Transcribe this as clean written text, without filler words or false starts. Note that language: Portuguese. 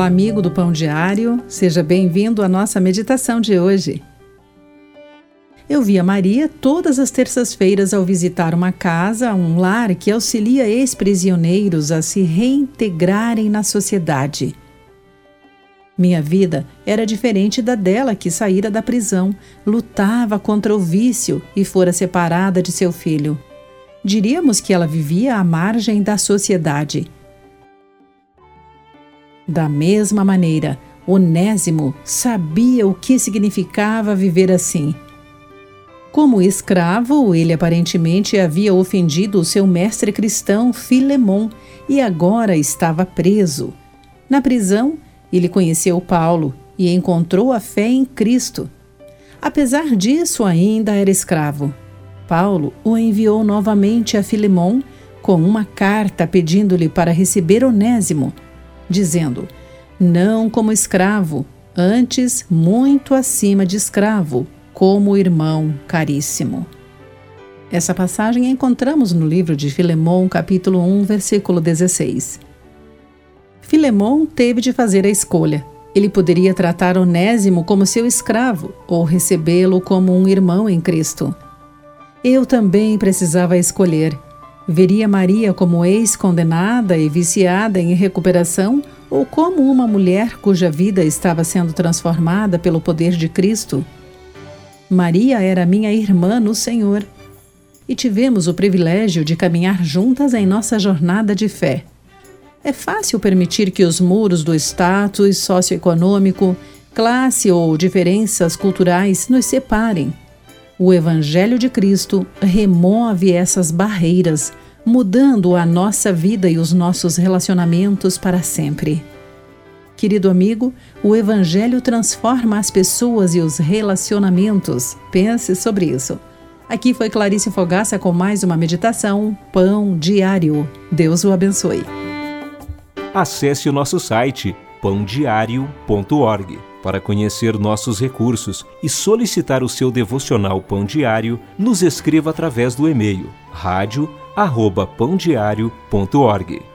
Olá, amigo do Pão Diário, seja bem-vindo à nossa meditação de hoje. Eu via Maria todas as terças-feiras ao visitar uma casa, um lar que auxilia ex-prisioneiros a se reintegrarem na sociedade. Minha vida era diferente da dela, que saíra da prisão, lutava contra o vício e fora separada de seu filho. Diríamos que ela vivia à margem da sociedade. Da mesma maneira, Onésimo sabia o que significava viver assim. Como escravo, ele aparentemente havia ofendido o seu mestre cristão, Filemon, e agora estava preso. Na prisão, ele conheceu Paulo e encontrou a fé em Cristo. Apesar disso, ainda era escravo. Paulo o enviou novamente a Filemon com uma carta pedindo-lhe para receber Onésimo, dizendo: não como escravo, antes muito acima de escravo, como irmão caríssimo. Essa passagem a encontramos no livro de Filemon, capítulo 1, versículo 16. Filemon teve de fazer a escolha. Ele poderia tratar Onésimo como seu escravo ou recebê-lo como um irmão em Cristo. Eu também precisava escolher. Veria Maria como ex-condenada e viciada em recuperação ou como uma mulher cuja vida estava sendo transformada pelo poder de Cristo? Maria era minha irmã no Senhor e tivemos o privilégio de caminhar juntas em nossa jornada de fé. É fácil permitir que os muros do status socioeconômico, classe ou diferenças culturais nos separem. O Evangelho de Cristo remove essas barreiras, mudando a nossa vida e os nossos relacionamentos para sempre. Querido amigo, o Evangelho transforma as pessoas e os relacionamentos. Pense sobre isso. Aqui foi Clarice Fogaça com mais uma meditação Pão Diário. Deus o abençoe. Acesse o nosso site pãodiario.org para conhecer nossos recursos e solicitar o seu devocional Pão Diário. Nos escreva através do e-mail radio@pãodiario.org.